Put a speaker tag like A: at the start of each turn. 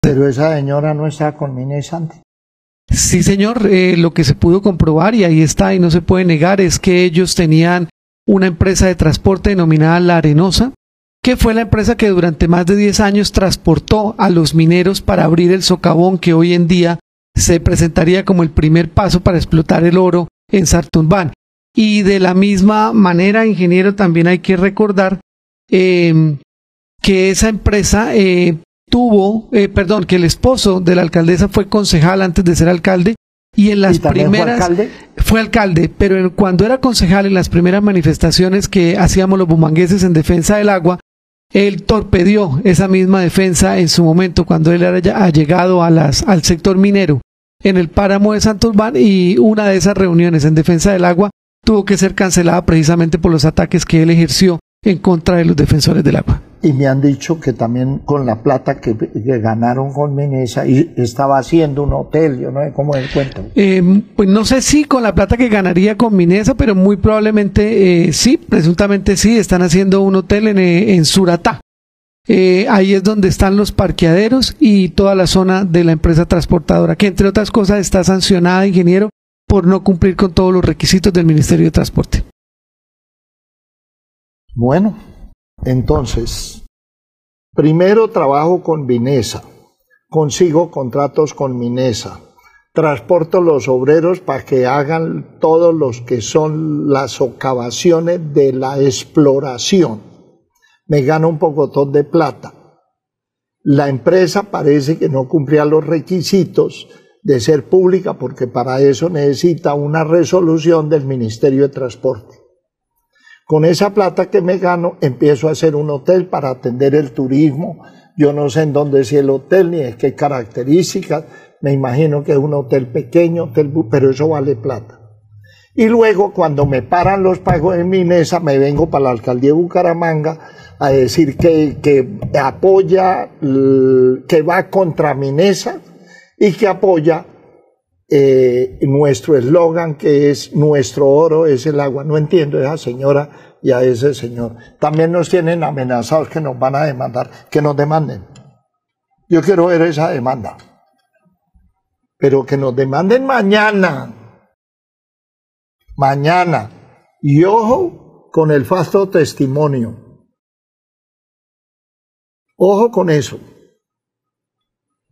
A: Pero esa señora no está con Minesa antes.
B: Sí, señor, lo que se pudo comprobar, y ahí está, y no se puede negar, es que ellos tenían una empresa de transporte denominada La Arenosa, que fue la empresa que durante más de 10 años transportó a los mineros para abrir el socavón que hoy en día se presentaría como el primer paso para explotar el oro en Sarturbán. Y de la misma manera, ingeniero, también hay que recordar que esa empresa que el esposo de la alcaldesa fue concejal antes de ser alcalde, y en las primeras fue alcalde, pero cuando era concejal, en las primeras manifestaciones que hacíamos los bumangueses en defensa del agua, él torpedió esa misma defensa en su momento cuando él era llegado al sector minero en el páramo de Santurbán, y una de esas reuniones en defensa del agua tuvo que ser cancelada precisamente por los ataques que él ejerció en contra de los defensores del agua.
A: Y me han dicho que también con la plata que ganaron con Minesa y estaba haciendo un hotel, yo no sé cómo es el cuento.
B: Pues no sé si con la plata que ganaría con Minesa, pero muy probablemente sí, presuntamente sí, están haciendo un hotel en Suratá. Ahí es donde están los parqueaderos y toda la zona de la empresa transportadora, que entre otras cosas está sancionada, ingeniero, por no cumplir con todos los requisitos del Ministerio de Transporte.
A: Bueno, entonces, primero trabajo con Minesa, consigo contratos con Minesa, transporto los obreros para que hagan todos los que son las socavaciones de la exploración. Me gano un pocotón de plata. La empresa parece que no cumplía los requisitos de ser pública, porque para eso necesita una resolución del Ministerio de Transporte. Con esa plata que me gano, empiezo a hacer un hotel para atender el turismo. Yo no sé en dónde es el hotel, ni de qué características. Me imagino que es un hotel pequeño, pero eso vale plata. Y luego, cuando me paran los pagos en Minesa, me vengo para la alcaldía de Bucaramanga a decir que apoya, que va contra Minesa y que apoya nuestro eslogan, que es nuestro oro es el agua. No entiendo a esa señora y a ese señor. También nos tienen amenazados que nos van a demandar, que nos demanden. Yo quiero ver esa demanda, pero que nos demanden mañana. Y ojo con el falso testimonio. Ojo con eso.